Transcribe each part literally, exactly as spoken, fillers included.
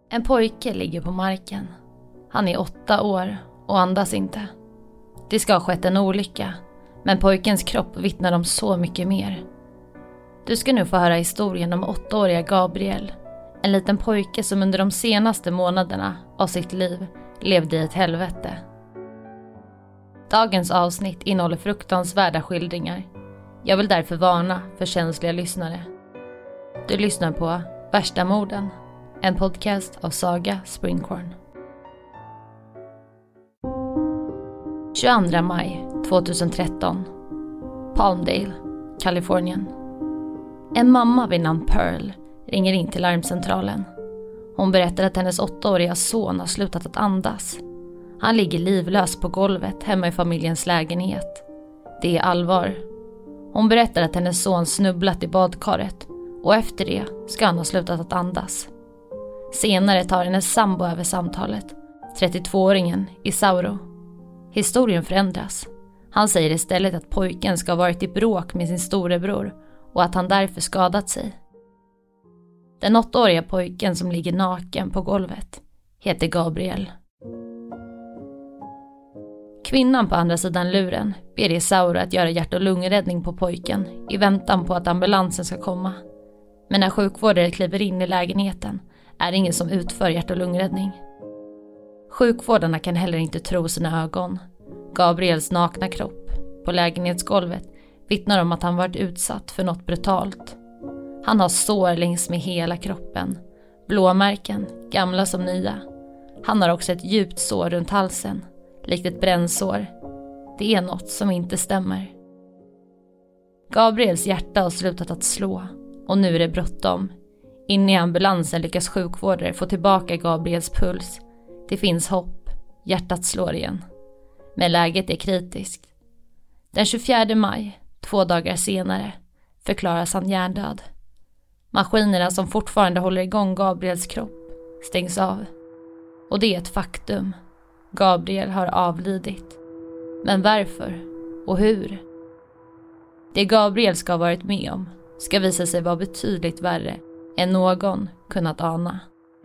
En pojke ligger på marken. Han är åtta år och andas inte. Det ska ha skett en olycka, men pojkens kropp vittnar om så mycket mer. Du ska nu få höra historien om åttaåriga Gabriel, en liten pojke som under de senaste månaderna av sitt liv levde i ett helvete. Dagens avsnitt innehåller fruktansvärda skildringar. Jag vill därför varna för känsliga lyssnare. Du lyssnar på Värsta morden, en podcast av Saga Springhorn. tjugoandra maj tjugohundratretton, Palmdale, Kalifornien. En mamma vid namn Pearl ringer in till larmcentralen. Hon berättar att hennes åttaåriga son har slutat att andas. Han ligger livlös på golvet hemma i familjens lägenhet. Det är allvar. Hon berättar att hennes son snubblat i badkaret och efter det ska han ha slutat att andas. Senare tar hennes sambo över samtalet, trettiotvååringen Isauro. Historien förändras. Han säger istället att pojken ska ha varit i bråk med sin storebror och att han därför skadat sig. Den åttaåriga pojken som ligger naken på golvet heter Gabriel. Kvinnan på andra sidan luren ber Isauro att göra hjärt- och lungräddning på pojken i väntan på att ambulansen ska komma. Men när sjukvårdare kliver in i lägenheten är det ingen som utför hjärt- och lungräddning. Sjukvårdarna kan heller inte tro sina ögon. Gabriels nakna kropp på lägenhetsgolvet vittnar om att han varit utsatt för något brutalt. Han har sår längs med hela kroppen, blåmärken, gamla som nya. Han har också ett djupt sår runt halsen, likt ett brännsår. Det är något som inte stämmer. Gabriels hjärta har slutat att slå och nu är det bråttom. Inne i ambulansen lyckas sjukvårdare få tillbaka Gabriels puls. Det finns hopp, hjärtat slår igen. Men läget är kritiskt. Den tjugofjärde maj, två dagar senare, förklaras han hjärndöd. Maskinerna som fortfarande håller igång Gabriels kropp stängs av. Och det är ett faktum. Gabriel har avlidit. Men varför och hur? Det Gabriel ska ha varit med om ska visa sig vara betydligt värre än någon kunnat ana.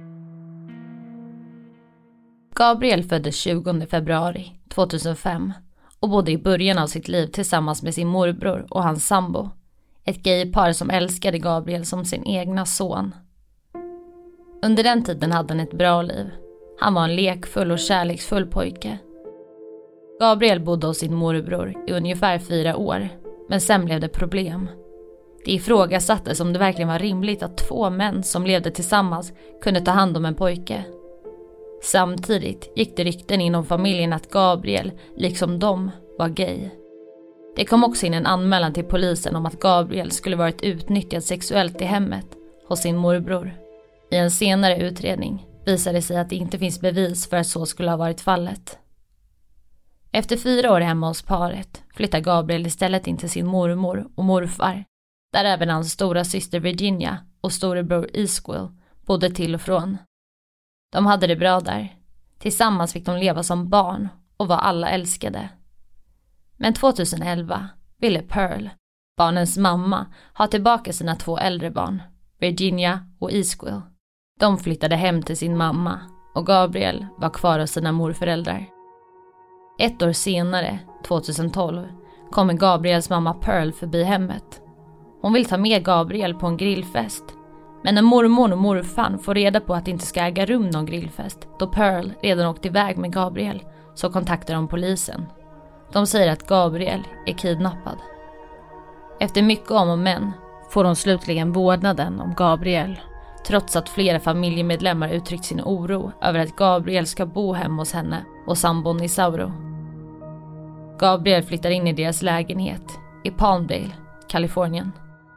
Gabriel föddes tjugonde februari tvåtusenfem och bodde i början av sitt liv tillsammans med sin morbror och hans sambo. Ett gaypar som älskade Gabriel som sin egna son. Under den tiden hade han ett bra liv. Han var en lekfull och kärleksfull pojke. Gabriel bodde hos sin morbror i ungefär fyra år, men sen blev det problem. Det ifrågasattes om det verkligen var rimligt att två män som levde tillsammans kunde ta hand om en pojke. Samtidigt gick det rykten inom familjen att Gabriel, liksom de, var gay. Det kom också in en anmälan till polisen om att Gabriel skulle varit utnyttjad sexuellt i hemmet hos sin morbror. I en senare utredning visade det sig att det inte finns bevis för att så skulle ha varit fallet. Efter fyra år hemma hos paret flyttar Gabriel istället in till sin mormor och morfar, där även hans stora syster Virginia och storebror Isquill bodde till och från. De hade det bra där. Tillsammans fick de leva som barn och var alla älskade. Men tjugoelva ville Pearl, barnens mamma, ha tillbaka sina två äldre barn, Virginia och Isquill. De flyttade hem till sin mamma och Gabriel var kvar hos sina morföräldrar. Ett år senare, tjugotolv, kommer Gabriels mamma Pearl förbi hemmet. Hon vill ta med Gabriel på en grillfest. Men när mormor och morfan får reda på att det inte ska äga rum någon grillfest, då Pearl redan åkt iväg med Gabriel, så kontaktar de polisen. De säger att Gabriel är kidnappad. Efter mycket om och men får de slutligen vårdnaden om Gabriel, trots att flera familjemedlemmar uttryckt sin oro över att Gabriel ska bo hemma hos henne och sambon Isauro. Gabriel flyttar in i deras lägenhet i Palmdale, Kalifornien.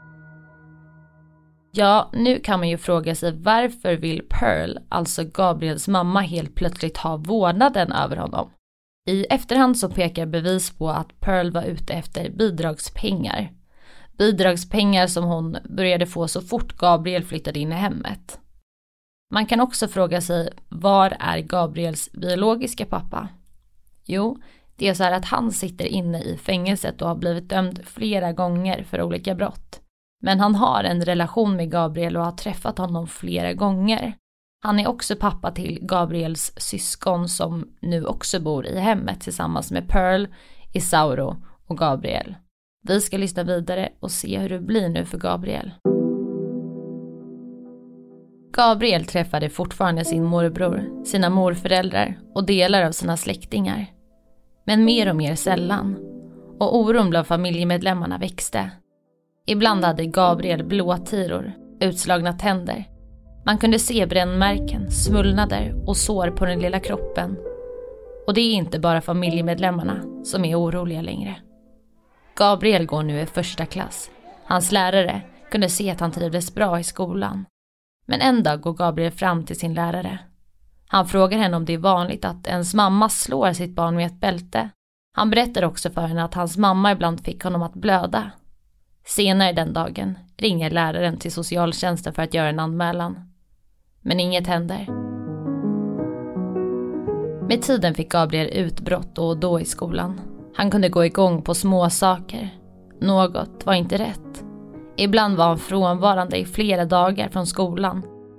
Ja, nu kan man ju fråga sig varför vill Pearl, alltså Gabriels mamma, helt plötsligt ha vårdnaden över honom. I efterhand så pekar bevis på att Pearl var ute efter bidragspengar. Bidragspengar som hon började få så fort Gabriel flyttade in i hemmet. Man kan också fråga sig, var är Gabriels biologiska pappa? Jo, det är så här att han sitter inne i fängelset och har blivit dömd flera gånger för olika brott. Men han har en relation med Gabriel och har träffat honom flera gånger. Han är också pappa till Gabriels syskon som nu också bor i hemmet tillsammans med Pearl, Isauro och Gabriel. Vi ska lyssna vidare och se hur det blir nu för Gabriel. Gabriel träffade fortfarande sin morbror, sina morföräldrar och delar av sina släktingar. Men mer och mer sällan. Och oron bland familjemedlemmarna växte. Ibland hade Gabriel blåtiror, utslagna tänder. Man kunde se brännmärken, svullnader och sår på den lilla kroppen. Och det är inte bara familjemedlemmarna som är oroliga längre. Gabriel går nu i första klass. Hans lärare kunde se att han trivdes bra i skolan. Men en dag går Gabriel fram till sin lärare. Han frågar henne om det är vanligt att ens mamma slår sitt barn med ett bälte. Han berättar också för henne att hans mamma ibland fick honom att blöda. Senare den dagen ringer läraren till socialtjänsten för att göra en anmälan. Men inget händer. Med tiden fick Gabriel utbrott och då i skolan. Han kunde gå igång på små saker. Något var inte rätt. Ibland var han frånvarande i flera dagar från skolan.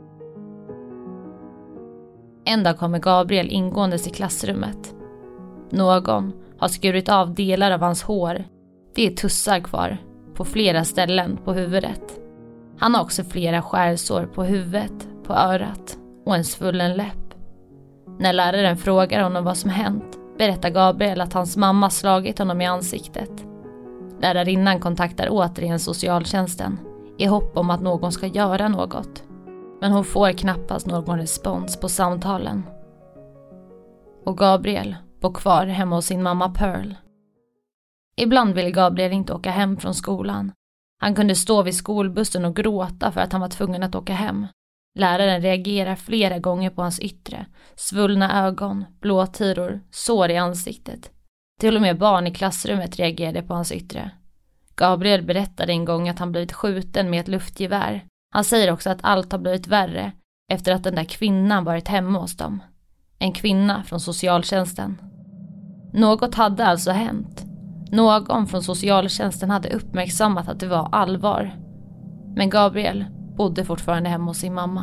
En dag kommer Gabriel ingåendes i klassrummet. Någon har skurit av delar av hans hår. Det är tussar kvar på flera ställen på huvudet. Han har också flera skärsår på huvudet, på örat och en svullen läpp. När läraren frågar honom vad som hänt berättar Gabriel att hans mamma slagit honom i ansiktet. Lärarinnan kontaktar återigen socialtjänsten i hopp om att någon ska göra något. Men hon får knappast någon respons på samtalen. Och Gabriel bor kvar hemma hos sin mamma Pearl. Ibland ville Gabriel inte åka hem från skolan. Han kunde stå vid skolbussen och gråta för att han var tvungen att åka hem. Läraren reagerar flera gånger på hans yttre. Svullna ögon, blåtiror, sår i ansiktet. Till och med barn i klassrummet reagerade på hans yttre. Gabriel berättade en gång att han blivit skjuten med ett luftgevär. Han säger också att allt har blivit värre efter att den där kvinnan varit hemma hos dem. En kvinna från socialtjänsten. Något hade alltså hänt. Någon från socialtjänsten hade uppmärksammat att det var allvar. Men Gabriel bodde fortfarande hemma hos sin mamma.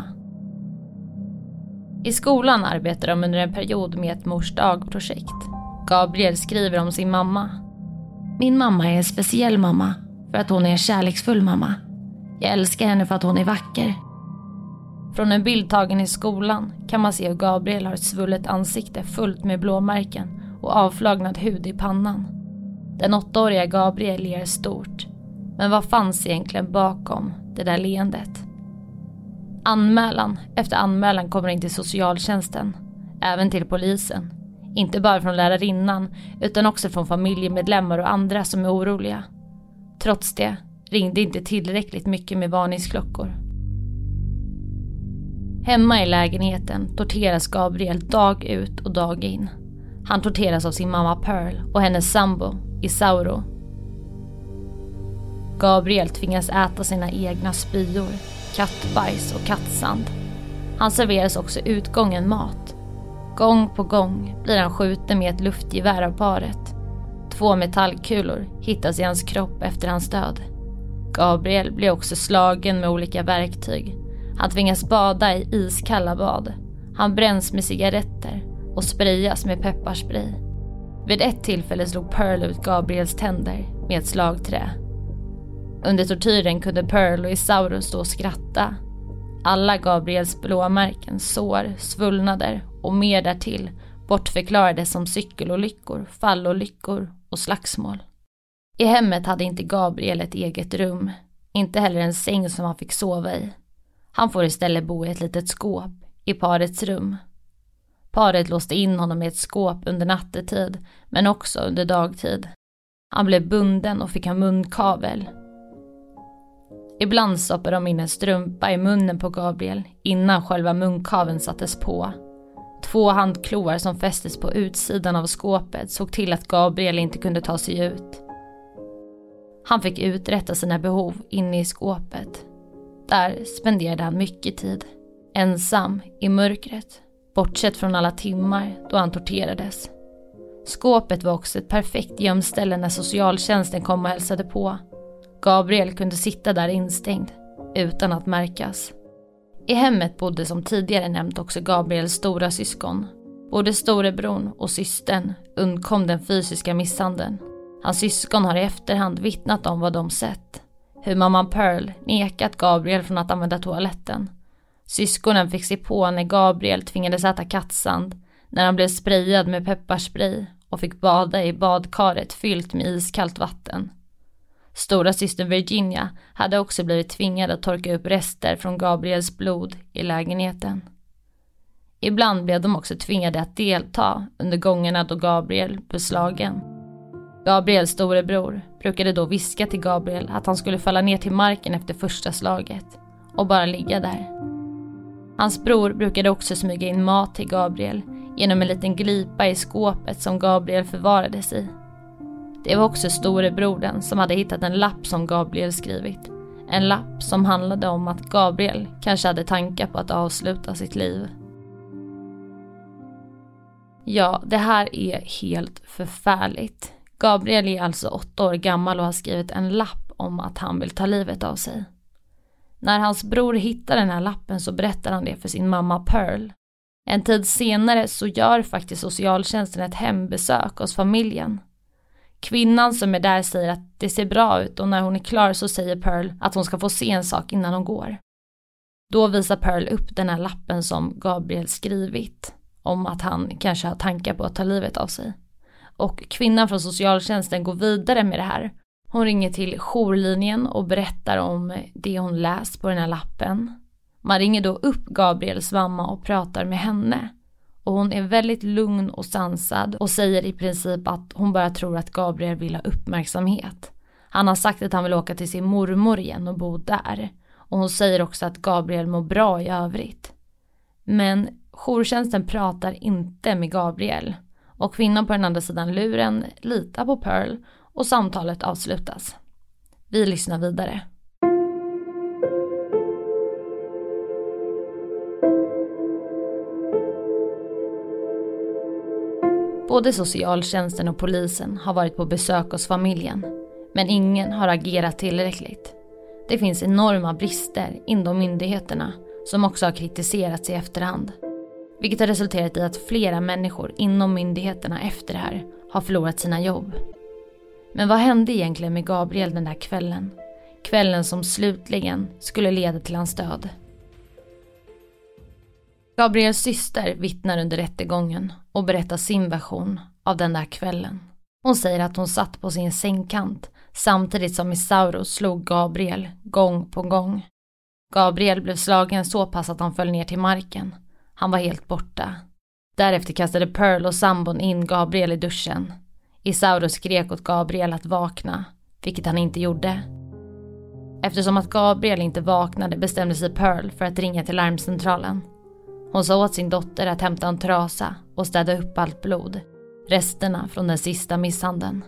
I skolan arbetar de under en period med ett mors dag-projekt. Gabriel skriver om sin mamma. Min mamma är en speciell mamma för att hon är en kärleksfull mamma. Jag älskar henne för att hon är vacker. Från en bild tagen i skolan kan man se hur Gabriel har ett svullet ansikte fullt med blåmärken och avflagnad hud i pannan. Den åttaåriga Gabriel ler stort. Men vad fanns egentligen bakom det där leendet? Anmälan efter anmälan kommer in till socialtjänsten. Även till polisen. Inte bara från lärarinnan utan också från familjemedlemmar och andra som är oroliga. Trots det ringde inte tillräckligt mycket med varningsklockor. Hemma i lägenheten torteras Gabriel dag ut och dag in. Han torteras av sin mamma Pearl och hennes sambo Isauro. Gabriel tvingas äta sina egna spyor, kattbajs och kattsand. Han serveras också utgången mat. Gång på gång blir han skjuten med ett luftgevär av paret. Två metallkulor hittas i hans kropp efter hans död. Gabriel blir också slagen med olika verktyg. Han tvingas bada i iskalla bad. Han bränns med cigaretter och sprayas med pepparspray. Vid ett tillfälle slog Pearl ut Gabriels tänder med ett slagträ. Under tortyren kunde Pearl och Isauro stå och skratta. Alla Gabriels blåmärken, sår, svullnader och mer därtill bortförklarades som cykelolyckor, fallolyckor och slagsmål. I hemmet hade inte Gabriel ett eget rum, inte heller en säng som han fick sova i. Han får istället bo i ett litet skåp i parets rum. Paret låste in honom i ett skåp under nattetid men också under dagtid. Han blev bunden och fick ha munkavel. Ibland stoppade de in en strumpa i munnen på Gabriel innan själva munkaveln sattes på. Två handkloar som fästes på utsidan av skåpet såg till att Gabriel inte kunde ta sig ut. Han fick uträtta sina behov inne i skåpet. Där spenderade han mycket tid, ensam i mörkret, bortsett från alla timmar då han torterades. Skåpet var också ett perfekt gömställe när socialtjänsten kom och hälsade på. Gabriel kunde sitta där instängd utan att märkas. I hemmet bodde som tidigare nämnt också Gabriels stora syskon. Både storebror och systern undkom den fysiska misshandeln. Hans syskon har i efterhand vittnat om vad de sett. Hur mamma Pearl nekat Gabriel från att använda toaletten. Syskonen fick se på när Gabriel tvingades äta kattsand, när han blev sprayad med pepparspray och fick bada i badkaret fyllt med iskallt vatten. Stora syster Virginia hade också blivit tvingad att torka upp rester från Gabriels blod i lägenheten. Ibland blev de också tvingade att delta under gångerna då Gabriel blev slagen. Gabriels storebror brukade då viska till Gabriel att han skulle falla ner till marken efter första slaget och bara ligga där. Hans bror brukade också smyga in mat till Gabriel genom en liten glipa i skåpet som Gabriel förvarades i. Det var också storebrodern som hade hittat en lapp som Gabriel skrivit. En lapp som handlade om att Gabriel kanske hade tankar på att avsluta sitt liv. Ja, det här är helt förfärligt. Gabriel är alltså åtta år gammal och har skrivit en lapp om att han vill ta livet av sig. När hans bror hittar den här lappen så berättar han det för sin mamma Pearl. En tid senare så gör faktiskt socialtjänsten ett hembesök hos familjen. Kvinnan som är där säger att det ser bra ut och när hon är klar så säger Pearl att hon ska få se en sak innan hon går. Då visar Pearl upp den här lappen som Gabriel skrivit om att han kanske har tankar på att ta livet av sig. Och kvinnan från socialtjänsten går vidare med det här. Hon ringer till jourlinjen och berättar om det hon läst på den här lappen. Man ringer då upp Gabriels mamma och pratar med henne. Och hon är väldigt lugn och sansad och säger i princip att hon bara tror att Gabriel vill ha uppmärksamhet. Han har sagt att han vill åka till sin mormor igen och bo där. Och hon säger också att Gabriel mår bra i övrigt. Men jourtjänsten pratar inte med Gabriel. Och kvinnan på den andra sidan luren litar på Pearl och samtalet avslutas. Vi lyssnar vidare. Både socialtjänsten och polisen har varit på besök hos familjen, men ingen har agerat tillräckligt. Det finns enorma brister inom myndigheterna som också har kritiserats i efterhand, vilket har resulterat i att flera människor inom myndigheterna efter det här har förlorat sina jobb. Men vad hände egentligen med Gabriel den där kvällen? Kvällen som slutligen skulle leda till hans död. Gabriels syster vittnar under rättegången och berättar sin version av den där kvällen. Hon säger att hon satt på sin sängkant samtidigt som Isauro slog Gabriel gång på gång. Gabriel blev slagen så pass att han föll ner till marken. Han var helt borta. Därefter kastade Pearl och sambon in Gabriel i duschen. Isauro skrek åt Gabriel att vakna, vilket han inte gjorde. Eftersom att Gabriel inte vaknade bestämde sig Pearl för att ringa till larmcentralen. Hon sa åt sin dotter att hämta en trasa och städa upp allt blod, resterna från den sista misshandeln.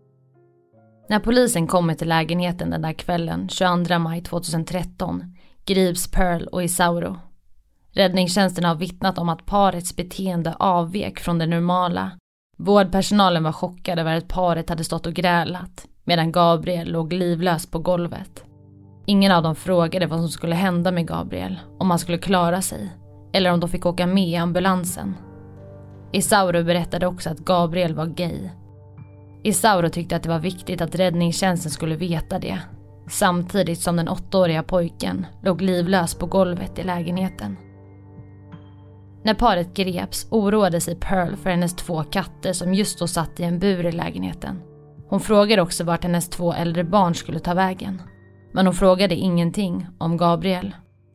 När polisen kommer till lägenheten den där kvällen tjugoandra maj tjugohundratretton grips Pearl och Isauro. Räddningstjänsten har vittnat om att parets beteende avvek från det normala. Vårdpersonalen var chockad över att paret hade stått och grälat medan Gabriel låg livlös på golvet. Ingen av dem frågade vad som skulle hända med Gabriel, om han skulle klara sig eller om de fick åka med i ambulansen. Isauro berättade också att Gabriel var gay. Isauro tyckte att det var viktigt att räddningstjänsten skulle veta det, samtidigt som den åttaåriga pojken låg livlös på golvet i lägenheten. När paret greps oroade sig Pearl för hennes två katter som just då satt i en bur i lägenheten. Hon frågade också vart hennes två äldre barn skulle ta vägen. Men hon frågade ingenting om Gabriel.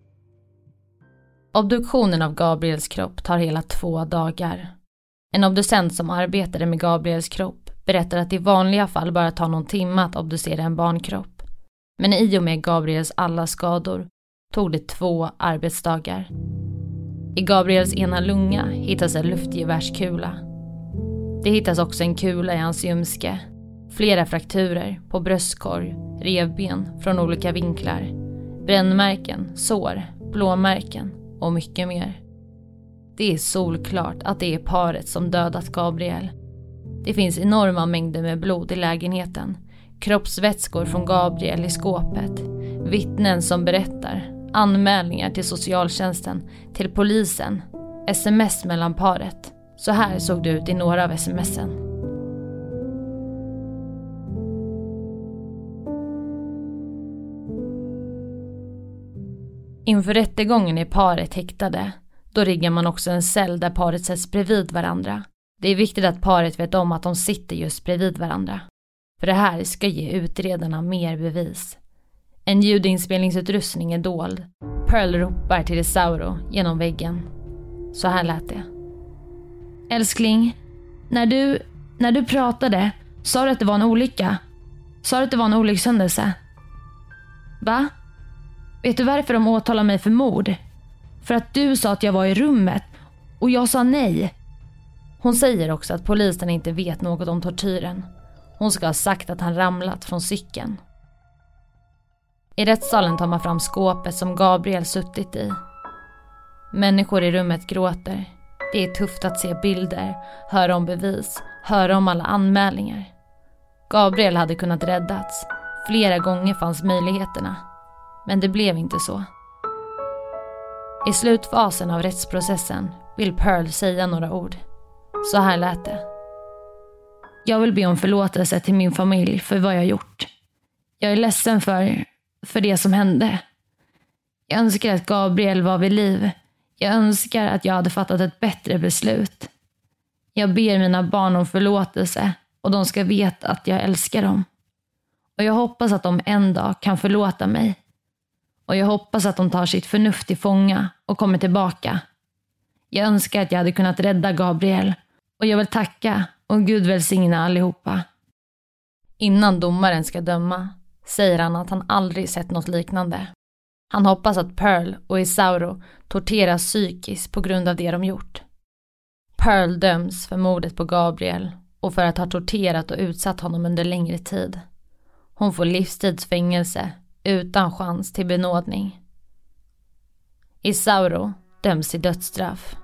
Obduktionen av Gabriels kropp tar hela två dagar. En obducent som arbetade med Gabriels kropp berättar att det i vanliga fall bara tar någon timme att obducera en barnkropp. Men i och med Gabriels alla skador tog det två arbetsdagar. I Gabriels ena lunga hittas en luftgevärskula. Det hittas också en kula i hans ljumske, flera frakturer på bröstkorg, revben från olika vinklar, brännmärken, sår, blåmärken och mycket mer. Det är solklart att det är paret som dödat Gabriel. Det finns enorma mängder med blod i lägenheten, kroppsvätskor från Gabriel i skåpet, vittnen som berättar anmälningar till socialtjänsten, till polisen, sms mellan paret. Så här såg det ut i några av smsen. Inför rättegången är paret häktade. Då riggar man också en cell där paret sätts bredvid varandra. Det är viktigt att paret vet om att de sitter just bredvid varandra. För det här ska ge utredarna mer bevis. En ljudinspelningsutrustning är dold. Pearl ropar till Isauro genom väggen. Så här lät det. Älskling, när du, när du pratade, sa du att det var en olycka? Sa du att det var en olyckshändelse? Va? Vet du varför de åtalar mig för mord? För att du sa att jag var i rummet och jag sa nej. Hon säger också att polisen inte vet något om tortyren. Hon ska ha sagt att han ramlat från cykeln. I rättssalen tar man fram skåpet som Gabriel suttit i. Människor i rummet gråter. Det är tufft att se bilder, höra om bevis, höra om alla anmälningar. Gabriel hade kunnat räddats. Flera gånger fanns möjligheterna. Men det blev inte så. I slutfasen av rättsprocessen vill Pearl säga några ord. Så här lät det. Jag vill be om förlåtelse till min familj för vad jag gjort. Jag är ledsen för, för det som hände. Jag önskar att Gabriel var vid liv. Jag önskar att jag hade fattat ett bättre beslut. Jag ber mina barn om förlåtelse och de ska veta att jag älskar dem. Och jag hoppas att de en dag kan förlåta mig. Och jag hoppas att de tar sitt förnuft i fånga och kommer tillbaka. Jag önskar att jag hade kunnat rädda Gabriel. Och jag vill tacka och Gud välsigna allihopa. Innan domaren ska döma säger han att han aldrig sett något liknande. Han hoppas att Pearl och Isauro torteras psykiskt på grund av det de gjort. Pearl döms för mordet på Gabriel och för att ha torterat och utsatt honom under längre tid. Hon får livstidsfängelse utan chans till benådning. Isauro döms till dödsstraff.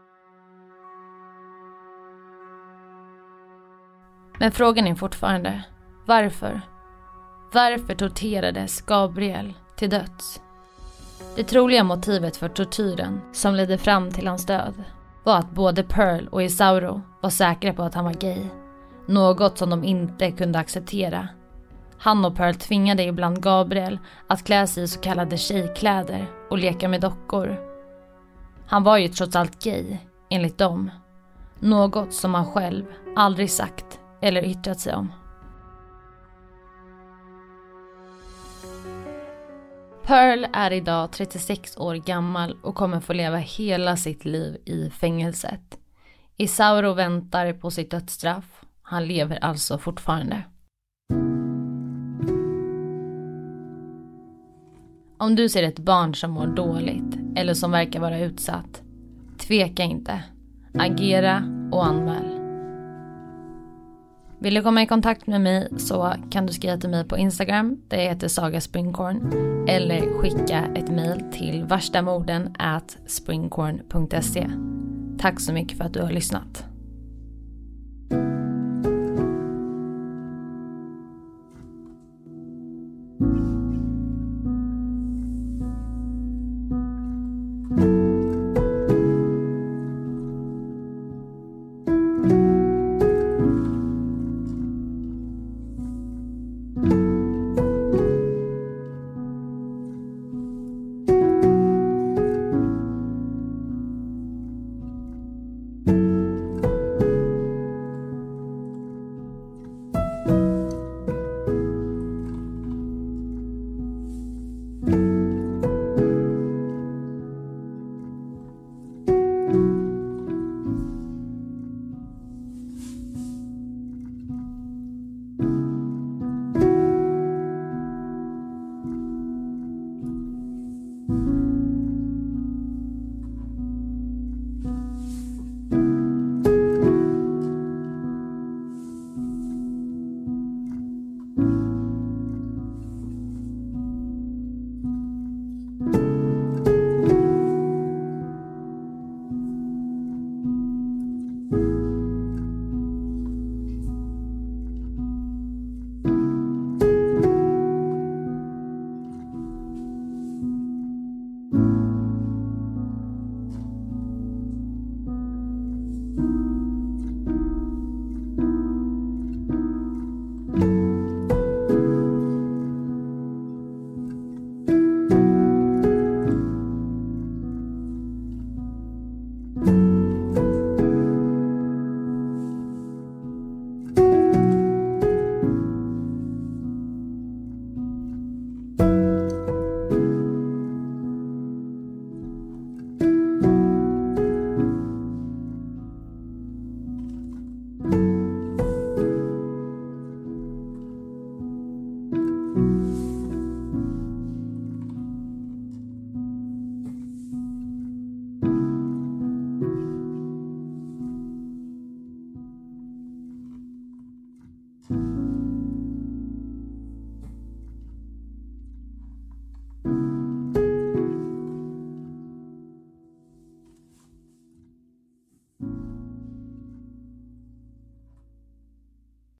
Men frågan är fortfarande, varför? Varför torterades Gabriel till döds? Det troliga motivet för tortyren som ledde fram till hans död var att både Pearl och Isauro var säkra på att han var gay. Något som de inte kunde acceptera. Han och Pearl tvingade ibland Gabriel att klä sig i så kallade tjejkläder och leka med dockor. Han var ju trots allt gay, enligt dem. Något som han själv aldrig sagt eller yttrat sig om. Pearl är idag trettiosex år gammal och kommer få leva hela sitt liv i fängelset. Isauro väntar på sitt dödsstraff. Han lever alltså fortfarande. Om du ser ett barn som mår dåligt eller som verkar vara utsatt, tveka inte. Agera och anmäl. Vill du komma i kontakt med mig så kan du skriva till mig på Instagram, det heter Saga Springkorn, eller skicka ett mejl till varstamorden at springkorn punkt se. Tack så mycket för att du har lyssnat.